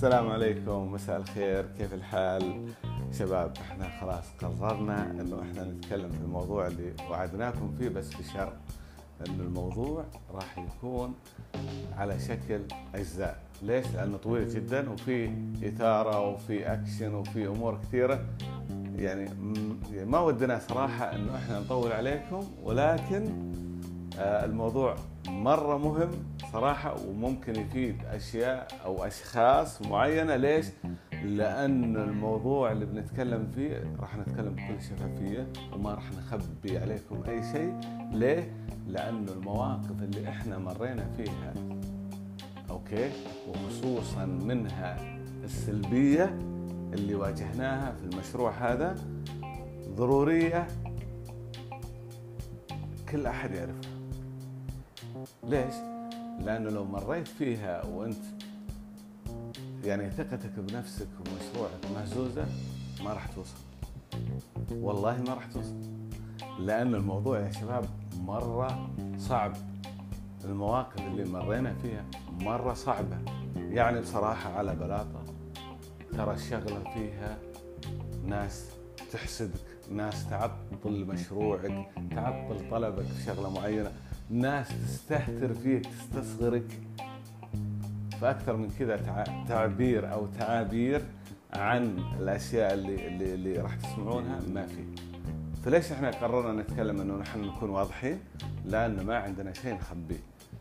السلام عليكم، مساء الخير، كيف الحال؟ شباب، احنا خلاص قررنا انه احنا نتكلم في الموضوع اللي وعدناكم فيه، بس بشرط انه الموضوع راح يكون على شكل اجزاء. ليش؟ لانه طويل جدا وفي اثارة وفي اكشن وفي امور كثيرة. يعني ما ودنا صراحة انه احنا نطول عليكم، ولكن الموضوع مرة مهم صراحة، وممكن يفيد أشياء أو أشخاص معينة. ليش؟ لأن الموضوع اللي بنتكلم فيه راح نتكلم بكل شفافية وما راح نخبي عليكم أي شيء. ليه؟ لأنه المواقف اللي إحنا مرينا فيها أوكي، وخصوصا منها السلبية اللي واجهناها في المشروع هذا، ضرورية كل أحد يعرفها. ليش؟ لأنه لو مريت فيها وأنت يعني ثقتك بنفسك ومشروعك مهزوزة، ما راح توصل، والله ما راح توصل. لأن الموضوع يا شباب مرة صعب، المواقف اللي مرينا فيها مرة صعبة. يعني بصراحة على بلاطة، ترى الشغلة فيها ناس تحسدك، ناس تعطل مشروعك، تعطل طلبك في شغلة معينة، ناس تستهتر فيك، تستصغرك. فأكثر من كذا تعبير أو تعابير عن الأشياء اللي راح تسمعونها ما في. فليش احنا قررنا نتكلم انه نحن نكون واضحين؟ لأن ما عندنا شيء نخبيه،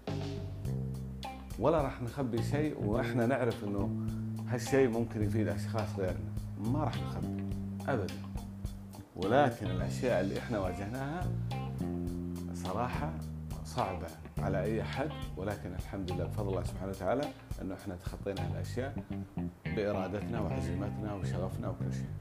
ولا راح نخبي شيء واحنا نعرف انه هالشيء ممكن يفيد أشخاص غيرنا، ما راح نخبي أبدا. ولكن الأشياء اللي احنا واجهناها صراحة صعبة على أي حد، ولكن الحمد لله بفضل الله سبحانه وتعالى أنه إحنا تخطينا هالأشياء بإرادتنا وعزيمتنا وشغفنا وكل شيء.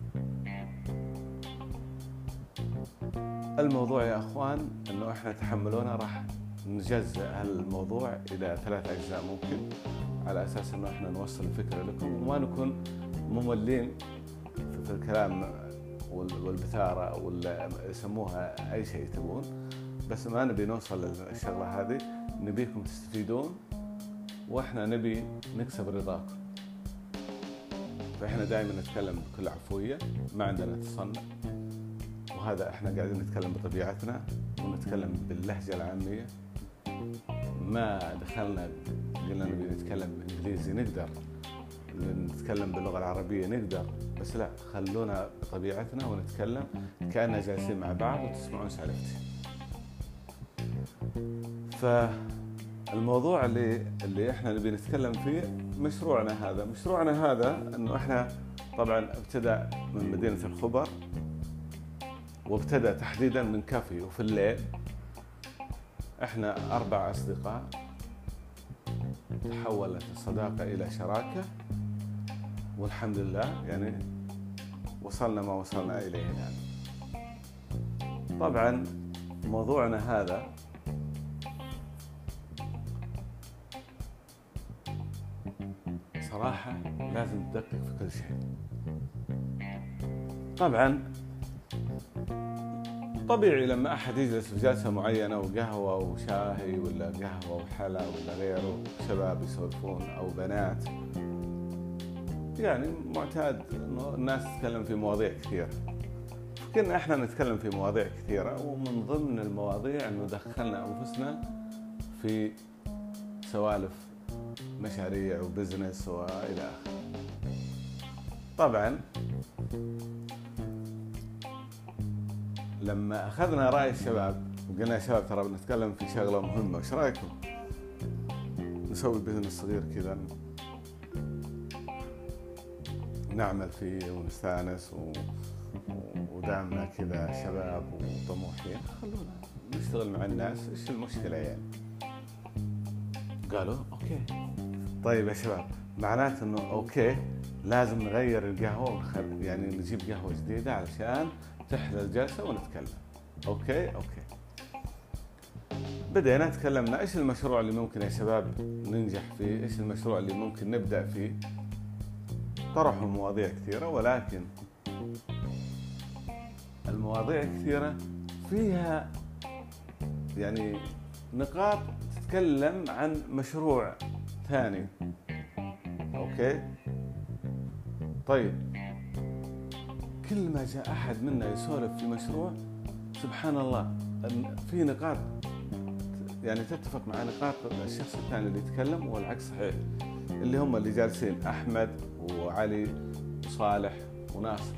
الموضوع يا أخوان أنه إحنا تحملونا، راح نجزأ هالموضوع إلى 3 أجزاء ممكن، على أساس أنه إحنا نوصل الفكرة لكم وما نكون مملين في الكلام والبثارة ولا يسموها أي شيء تبون. بس ما نبي نوصل للشغلة هذه، نبيكم تستفيدون وإحنا نبي نكسب رضاكم. فإحنا دائما نتكلم بكل عفوية، ما عندنا تصنع، وهذا إحنا قاعدين نتكلم بطبيعتنا ونتكلم باللهجة العامية. ما دخلنا قلنا نبي نتكلم إنجليزي، نقدر نتكلم باللغة العربية نقدر، بس لا، خلونا بطبيعتنا ونتكلم كأننا جالسين مع بعض وتسمعون سالفتي. فالموضوع اللي احنا نبي نتكلم فيه مشروعنا هذا انه احنا طبعا ابتدأ من مدينة الخبر، وابتدأ تحديدا من كافي، وفي الليل احنا 4 أصدقاء، تحولت الصداقة إلى شراكة، والحمد لله يعني وصلنا ما وصلنا إليه الآن. طبعا موضوعنا هذا صراحة لازم تدقق في كل شيء. طبعا طبيعي لما أحد يجلس في جلسة معينة وقهوة وشاهي ولا قهوة وحلا ولا غيره، شباب يسولفون أو بنات، يعني معتاد إنه الناس تتكلم في مواضيع كثيرة. كنا إحنا نتكلم في مواضيع كثيرة، ومن ضمن المواضيع إنه دخلنا أنفسنا في سوالف مشاريع وبزنس وإلى آخره. طبعا لما أخذنا رأي الشباب وقلنا يا شباب ترى بنتكلم في شغلة مهمة، وش رأيكم نسوي بزنس صغير كذا نعمل فيه ونستانس ودامنا كذا شباب وطموحين، خلونا نشتغل مع الناس، إيش المشكلة يعني؟ قالوا أوكي. طيب يا شباب، معناته إنه أوكي لازم نغير القهوة يعني نجيب قهوة جديدة علشان تحلى الجلسة ونتكلم. أوكي. بدينا تكلمنا إيش المشروع اللي ممكن يا شباب ننجح فيه، إيش المشروع اللي ممكن نبدأ فيه. طرحوا مواضيع كثيرة، ولكن المواضيع كثيرة فيها يعني نقاط تتكلم عن مشروع ثاني. أوكي، اوكي. طيب كل ما جاء احد منا يسولف في مشروع، سبحان الله في نقاط يعني تتفق مع نقاط الشخص الثاني اللي يتكلم، والعكس صحيح، اللي هم اللي جالسين احمد وعلي وصالح وناصر.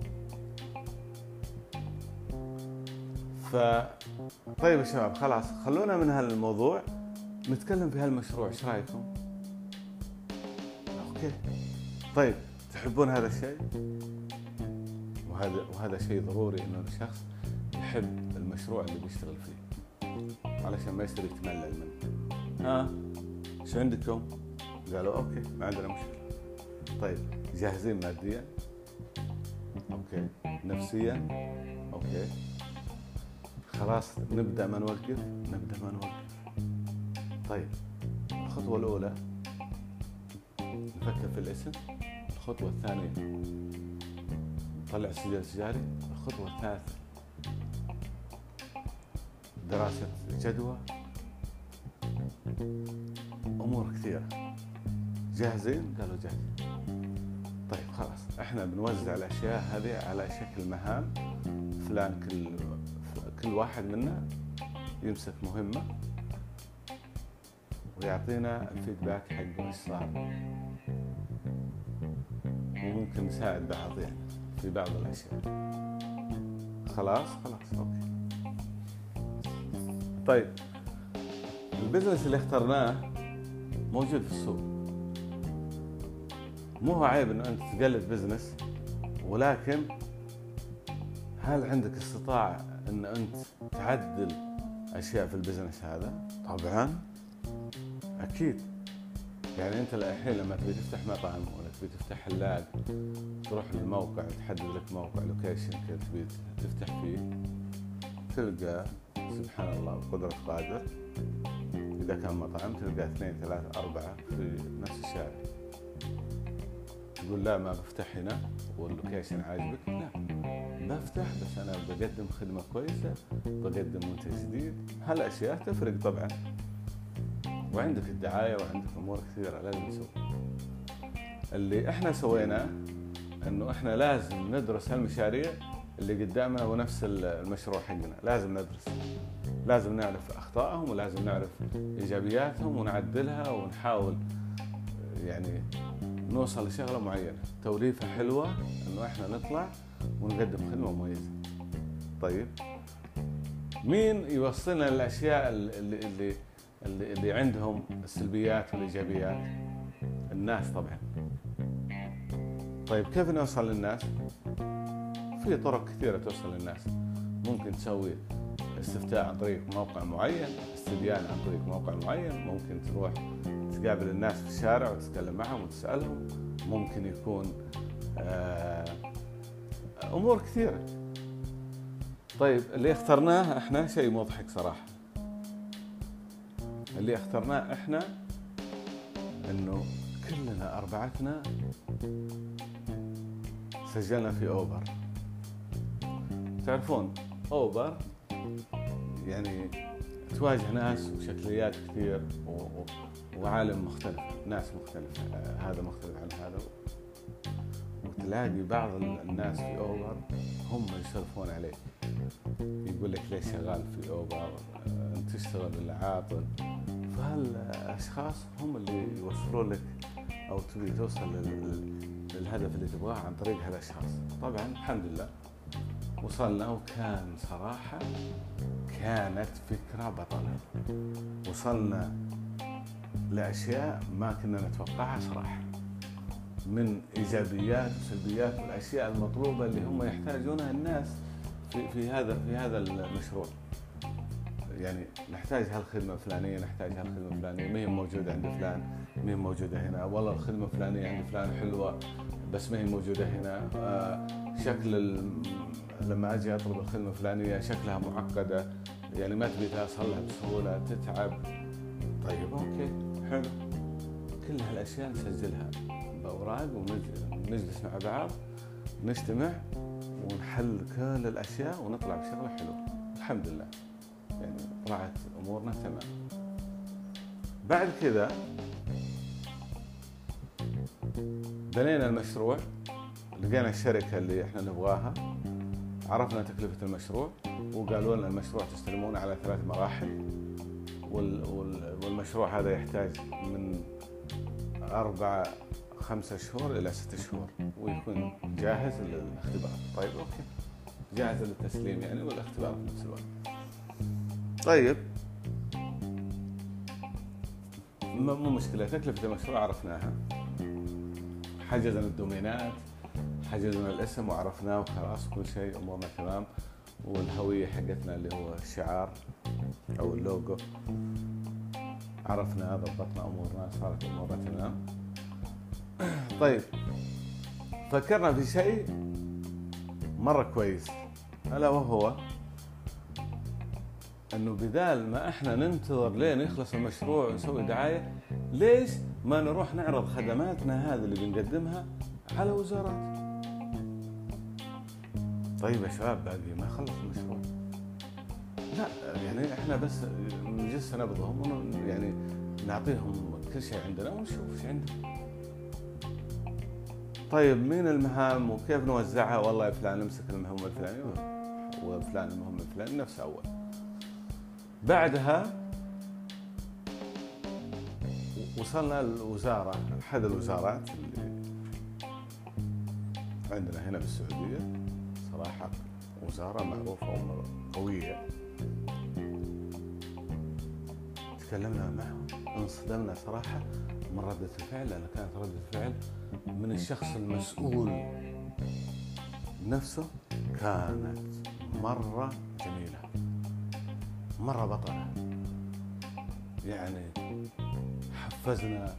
طيب يا شباب خلاص، خلونا من هالموضوع نتكلم في هالمشروع، ايش رايكم؟ اوكي. طيب تحبون هذا الشيء؟ وهذا شيء ضروري انه الشخص يحب المشروع اللي بيشتغل فيه علشان ما يصير يتملل منه. ايش عندكم؟ قالوا اوكي ما عندنا مشكله. طيب جاهزين ماديا؟ اوكي. نفسيا؟ اوكي. خلاص نبدأ ما نوقف. طيب الخطوة الأولى نفكر في الاسم، الخطوة الثانية نطلع السجل التجاري، الخطوة الثالثة دراسة جدوى، أمور كثيرة. جاهزين؟ قالوا جاهزين. طيب خلاص احنا بنوزع الأشياء هذه على شكل مهام، فلان كل واحد منا يمسك مهمة ويعطينا الفيدباك حقه ايش صار، وممكن نساعد بعض يعني في بعض الأشياء. خلاص اوكي. طيب البزنس اللي اخترناه موجود في السوق، مو هو عيب انه انت تقلد بزنس، ولكن هل عندك استطاعة ان انت تعدل اشياء في البزنس هذا؟ طبعا اكيد. يعني انت الحين لما تبي تفتح مطعم ولا تبي تفتح حلاق، تروح للموقع تحدد لك موقع لوكيشن كذا تبي تفتح فيه، تلقى سبحان الله بقدرة قادر اذا كان مطعم تلقى 2 3 4 في نفس الشارع. تقول لا ما بفتح هنا واللوكيشن عاجبك، لا بفتح بس أنا بقدم خدمة كويسة، بقدم منتج جديد. هالأشياء تفرق طبعا، وعندك الدعاية وعندك أمور كثيرة لازم تسوي. اللي إحنا سويناه إنه إحنا لازم ندرس هالمشاريع اللي قدامنا ونفس المشروع حقنا، لازم ندرس، لازم نعرف أخطائهم ولازم نعرف إيجابياتهم ونعدلها ونحاول يعني نوصل لشغلة معينة، توليفة حلوة إنه إحنا نطلع ونقدم خدمة مميزة. طيب مين يوصلنا للأشياء اللي عندهم السلبيات والإيجابيات؟ الناس طبعا. طيب كيف نوصل للناس؟ في طرق كثيرة توصل للناس. ممكن تسوي استفتاء عن طريق موقع معين، استبيان عن طريق موقع معين، ممكن تروح تقابل الناس في الشارع وتتكلم معهم وتسألهم، ممكن يكون أمور كثيرة. طيب اللي اخترناه احنا شيء مضحك صراحة. اللي اخترناه احنا انه كلنا أربعتنا سجلنا في أوبر. تعرفون أوبر يعني تواجه ناس وشكليات كثير وعالم مختلف، ناس مختلفة، هذا مختلف عن هذا، وتلاقي بعض الناس في أوبر هم يسولفون عليك، يقول لك ليش شغال في أوبر، أنت تشتغل بالعاطل. فهالأشخاص هم اللي يوصلون لك أو تبي توصل للهدف اللي تبغاه عن طريق هالأشخاص. طبعا الحمد لله وصلنا، وكان صراحة كانت فكرة بطلة، وصلنا لأشياء ما كنا نتوقعها صراحة، من إيجابيات وسلبيات والأشياء المطلوبة اللي هم يحتاجونها الناس في هذا المشروع. يعني نحتاج هالخدمة الفلانية، نحتاج هالخدمة الفلانية، ما هي موجودة عند فلان، ما هي موجودة هنا، والله الخدمة الفلانية عند فلان حلوة بس ما هي موجودة هنا. شكل لما أجي أطلب الخدمة الفلانية شكلها معقدة، يعني ما تبي توصلها بسهولة، تتعب. طيب أوكي حلو، كل هالأشياء نسجلها بأوراق ونجلس مع بعض، نجتمع ونحل كل الأشياء ونطلع بشغلة حلوة. الحمد لله يعني طلعت أمورنا تمام. بعد كذا بنينا المشروع، لقينا الشركة اللي احنا نبغاها، عرفنا تكلفة المشروع، وقالوا لنا المشروع تستلمونه على 3 مراحل، والمشروع هذا يحتاج من 4-5 شهور إلى 6 شهور ويكون جاهز للاختبار. طيب أوكي، جاهز للتسليم يعني والاختبار في نفس الوقت. طيب مو مشكلة، تكلفة المشروع عرفناها، حجزنا الدومينات، حجزنا الاسم وعرفناه وخلاص، كل شيء أمورنا تمام. والهوية حقتنا اللي هو الشعار أو اللوجو عرفنا، ضبطنا أمورنا، صارت أمورنا تمام. طيب فكرنا في شيء مرة كويس، ألا وهو أنه بدال ما إحنا ننتظر لين يخلص المشروع ونسوي دعاية، ليش ما نروح نعرض خدماتنا هذه اللي بنقدمها على وزارات؟ طيب يا شباب باقي ما خلص المشروع، لا يعني إحنا بس نجلس نبضهم يعني نعطيهم كل شيء عندنا ونشوف ايش عندهم. طيب مين المهام وكيف نوزعها؟ والله يا فلان امسك المهمة الفلانية وفلان المهمة الفلانية، نفس أول. بعدها وصلنا الوزارة، أحد الوزارات اللي عندنا هنا بالسعودية، صراحة وزارة معروفة وقوية. تكلمنا معهم، انصدمنا صراحة من ردة الفعل، لأن كانت ردة الفعل من الشخص المسؤول نفسه كانت مرة جميلة، مرة بطلة، يعني حفزنا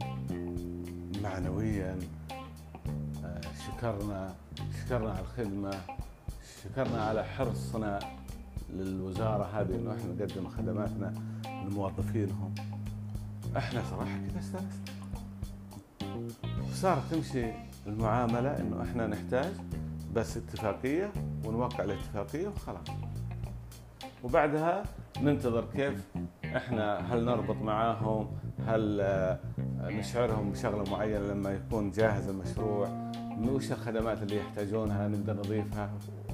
معنويا، شكرنا على الخدمة، شكرنا على حرصنا للوزارة هذه إنه إحنا نقدم خدماتنا لموظفينهم. إحنا صراحة كذا استانسنا، صارت تمشي المعاملة إنه إحنا نحتاج بس اتفاقية ونوقع الاتفاقية وخلاص، وبعدها ننتظر كيف إحنا هل نربط معاهم، هل نشعرهم بشغلة معينة لما يكون جاهز المشروع، وش الخدمات اللي يحتاجونها نقدر نضيفها.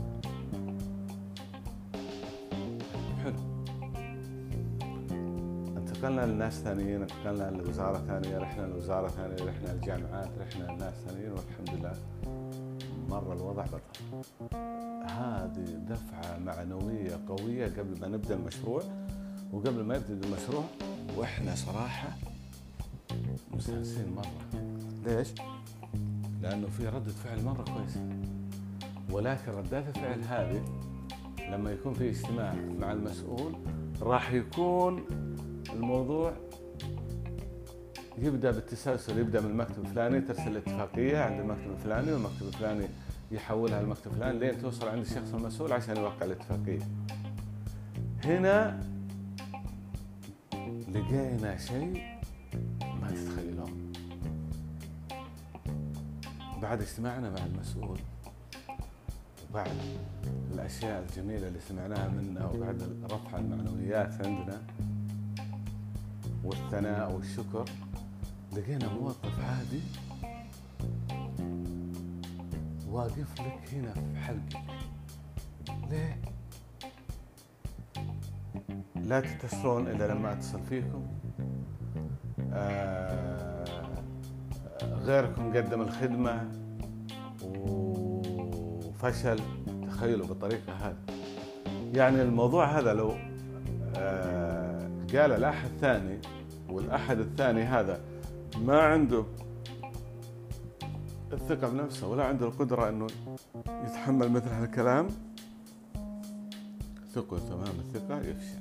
حلو. انتقلنا لناس ثانيين، انتقلنا لوزارة ثانية، رحنا لوزارة ثانية، رحنا للجامعات، رحنا لناس ثانيين، والحمد لله مرة الوضع بطل. هذه دفعة معنوية قوية قبل ما نبدأ المشروع وقبل ما يبدأ المشروع، وإحنا صراحة مستانسين مرة. ليش؟ لأنه في ردة فعل مرة كويسة، ولكن ردات الفعل هذه لما يكون في اجتماع مع المسؤول راح يكون الموضوع يبدأ بالتسلسل، يبدأ من المكتب الفلاني، ترسل الاتفاقية عند المكتب الفلاني، والمكتب الفلاني يحولها للمكتب الفلاني لين توصل عند الشخص المسؤول عشان يوقع الاتفاقية. هنا لقينا شيء ما تتخيلون. بعد اجتماعنا مع المسؤول وبعد الأشياء الجميلة اللي سمعناها منه وبعد رفع المعنويات عندنا والثناء والشكر، لقينا موظف عادي واقف لك هنا في حلقك. ليه؟ لا تتصلون إلا لما أتصل فيكم، غيركم قدم الخدمة وفشل. تخيلوا بالطريقة هذه، يعني الموضوع هذا لو قال الأحد ثاني والأحد الثاني هذا ما عنده الثقة بنفسه ولا عنده القدرة أنه يتحمل مثل هذا الكلام، ثقة تمام الثقة يفشل.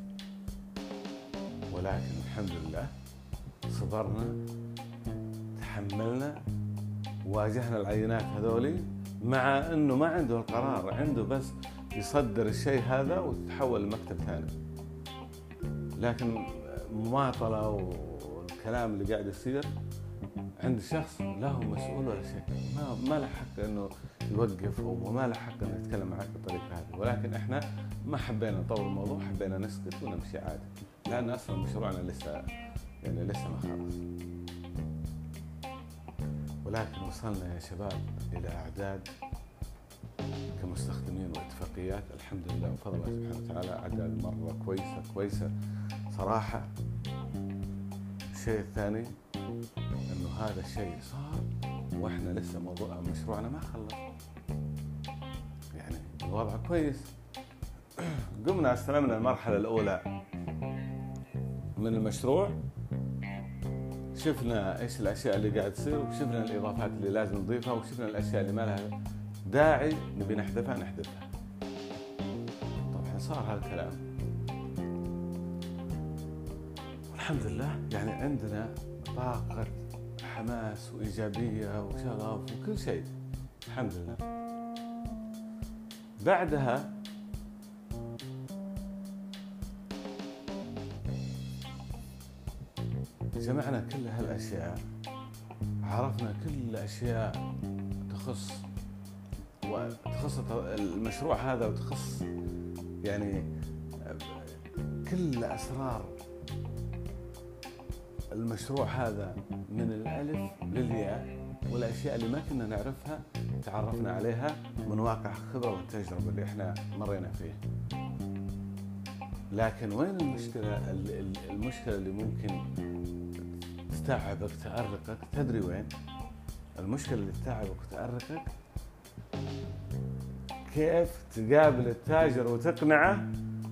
ولكن الحمد لله صبرنا، تحملنا، واجهنا العينات هذولي، مع أنه ما عنده القرار، عنده بس يصدر الشيء هذا وتحول لمكتب ثاني. لكن مماطلة والكلام اللي قاعد يصير عند شخص لا هو مسؤول ولا شيء، ما له حق انه يوقف وما له حق انه يتكلم معك بالطريقه هذه. ولكن احنا ما حبينا نطول الموضوع، حبينا نسكت ونمشي عادي، لان اصلا مشروعنا لسه ما خلص. ولكن وصلنا يا شباب إلى أعداد كمستخدمين واتفاقيات الحمد لله بفضل الله سبحانه وتعالى أعداد مرة كويسة صراحة. الشيء الثاني إنه هذا الشيء صار وإحنا لسه موضوع مشروعنا ما خلص، يعني الوضع كويس. قمنا استلمنا المرحلة الأولى من المشروع، شفنا ايش الاشياء اللي قاعد تصير، وشفنا الاضافات اللي لازم نضيفها، وشفنا الاشياء اللي ما لها داعي نبي نحذفها. طبعا صار هالكلام والحمد لله، يعني عندنا طاقة حماس وإيجابية وشغف وكل شيء الحمد لله. بعدها جمعنا كل هالأشياء، عرفنا كل الأشياء تخص المشروع هذا، وتخص يعني كل أسرار المشروع هذا من الألف للياء، والأشياء اللي ما كنا نعرفها تعرفنا عليها من واقع الخبرة والتجربة اللي احنا مرينا فيه. لكن وين المشكلة اللي ممكن تتعبك تأرقك؟ تدري وين المشكلة اللي تتعبك وتأرقك؟ كيف تقابل التاجر وتقنعه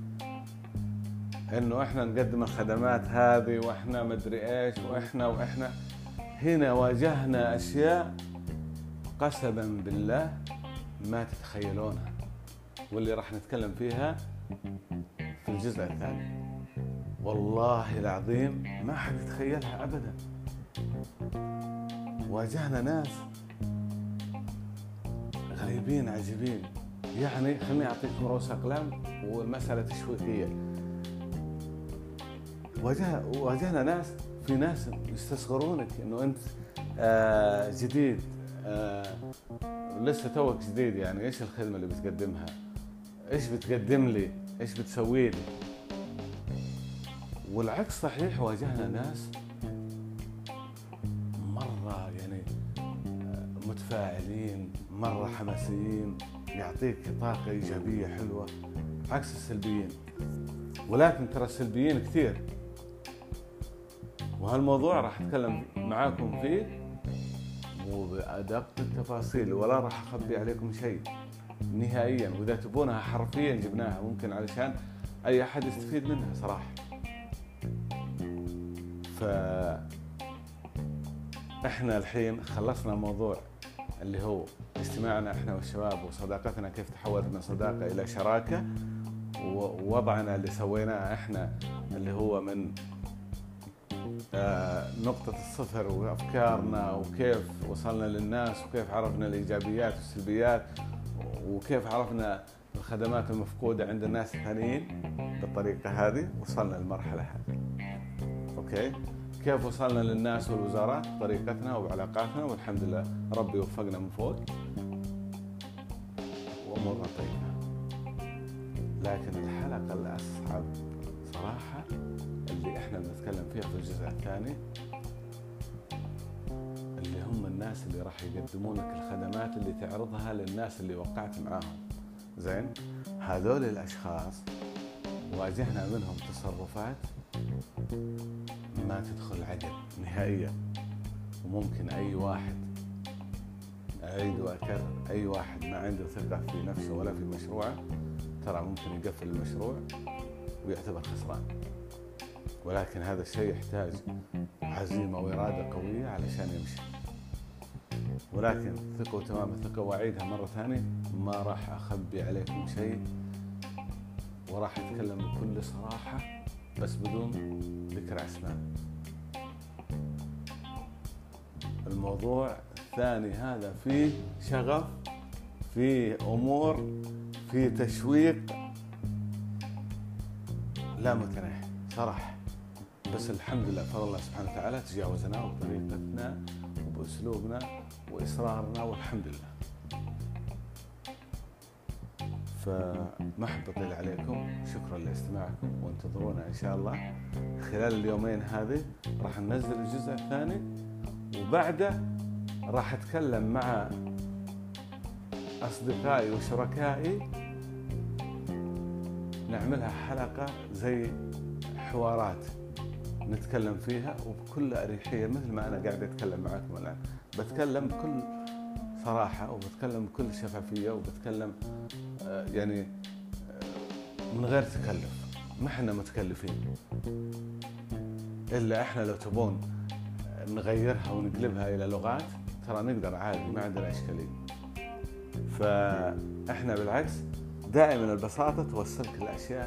انه احنا نقدم الخدمات هذه واحنا مدري ايش واحنا هنا واجهنا اشياء قسما بالله ما تتخيلونها، واللي راح نتكلم فيها في الجزء الثاني. والله العظيم ما حد يتخيلها ابدا. واجهنا ناس غريبين عجيبين، يعني خليني اعطيكم رؤوس اقلام والمساله تشويقيه. واجهنا ناس، في ناس يستصغرونك انه انت جديد، لسه توك جديد، يعني ايش الخدمه اللي بتقدمها، ايش بتقدم لي، ايش بتسوي لي. والعكس صحيح، واجهنا ناس مرة يعني متفاعلين، مرة حماسيين، يعطيك طاقة إيجابية حلوة عكس السلبيين. ولكن ترى السلبيين كثير، وهالموضوع راح أتكلم معاكم فيه وبأدق التفاصيل، ولا راح أخبي عليكم شيء نهائيا. وإذا تبونها حرفيا جبناها ممكن علشان أي أحد يستفيد منها صراحة. فإحنا الحين خلصنا موضوع اللي هو اجتماعنا إحنا والشباب وصداقتنا، كيف تحولت من صداقة إلى شراكة، ووضعنا اللي سويناه إحنا اللي هو من نقطة الصفر وأفكارنا، وكيف وصلنا للناس، وكيف عرفنا الإيجابيات والسلبيات، وكيف عرفنا الخدمات المفقودة عند الناس الثانيين. بالطريقة هذه وصلنا للمرحلة هذه. أوكي، كيف وصلنا للناس والوزارات بطريقتنا وبعلاقاتنا، والحمد لله ربي وفقنا من فوق وأمورنا طيبة. لكن الحلقة الأصعب صراحة اللي احنا بنتكلم فيها في الجزء الثاني، اللي هم الناس اللي راح يقدمون لك الخدمات اللي تعرضها للناس اللي وقعت معاهم. زين، هذول الأشخاص واجهنا منهم تصرفات ما تدخل عقل نهائيا. وممكن أي واحد، أعيد وأكرر، أي واحد ما عنده ثقة في نفسه ولا في مشروعه ترى ممكن يقفل المشروع ويعتبر خسران. ولكن هذا الشيء يحتاج عزيمة وإرادة قوية علشان يمشي. ولكن ثقوا تمام الثقة، وأعيدها مرة ثانية، ما راح أخبي عليكم شيء، وراح أتكلم بكل صراحة بس بدون ذكر أسماء. الموضوع الثاني هذا فيه شغف، فيه أمور، فيه تشويق لا متناهي صراحة. بس الحمد لله بفضل الله سبحانه وتعالى تجاوزناه بطريقتنا وبأسلوبنا وإصرارنا، والحمد لله. فما أحب أطيل عليكم، شكرا لاستماعكم، وانتظرونا إن شاء الله خلال اليومين هذه راح ننزل الجزء الثاني، وبعده راح أتكلم مع أصدقائي وشركائي، نعملها حلقة زي حوارات نتكلم فيها وبكل أريحية، مثل ما أنا قاعد أتكلم معكم الآن. بتكلم بكل صراحة وبتكلم بكل شفافية وبتكلم يعني من غير تكلف. ما احنا متكلفين، إلا احنا لو تبون نغيرها ونقلبها إلى لغات ترى نقدر عادي، ما عندنا إشكالية. فاحنا بالعكس دائما البساطة توصلك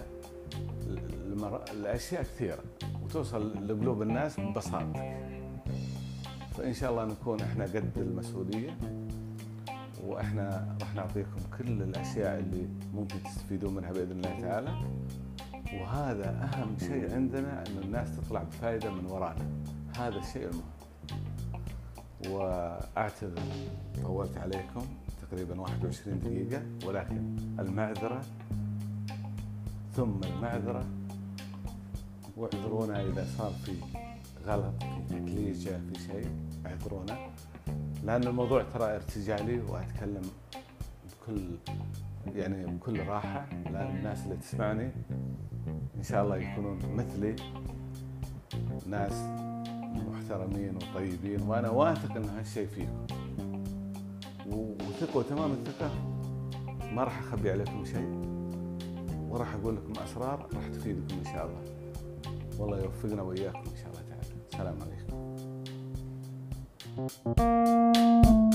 الأشياء كثيرة وتوصل لقلوب الناس ببساطة. فإن شاء الله نكون احنا قد المسؤولية، واحنا راح نعطيكم كل الأشياء اللي ممكن تستفيدون منها بإذن الله تعالى. وهذا أهم شيء عندنا، أن الناس تطلع بفائدة من ورانا، هذا الشيء المهم. وأعتذر طولت عليكم تقريبا 21 دقيقة، ولكن المعذرة ثم المعذرة، واعذرونا إذا صار في غلط، في تكليجة، في شيء، اعذرونا، لأن الموضوع ترى ارتجالي وأتكلم بكل راحة، لأن الناس اللي تسمعني إن شاء الله يكونون مثلي، ناس محترمين وطيبين، وأنا واثق أن هالشيء فيكم، وثقوا تمام الثقة. ما راح أخبي عليكم شيء، وراح أقول لكم أسرار راح تفيدكم إن شاء الله. والله يوفقنا وإياكم إن شاء الله تعالى. السلام عليكم.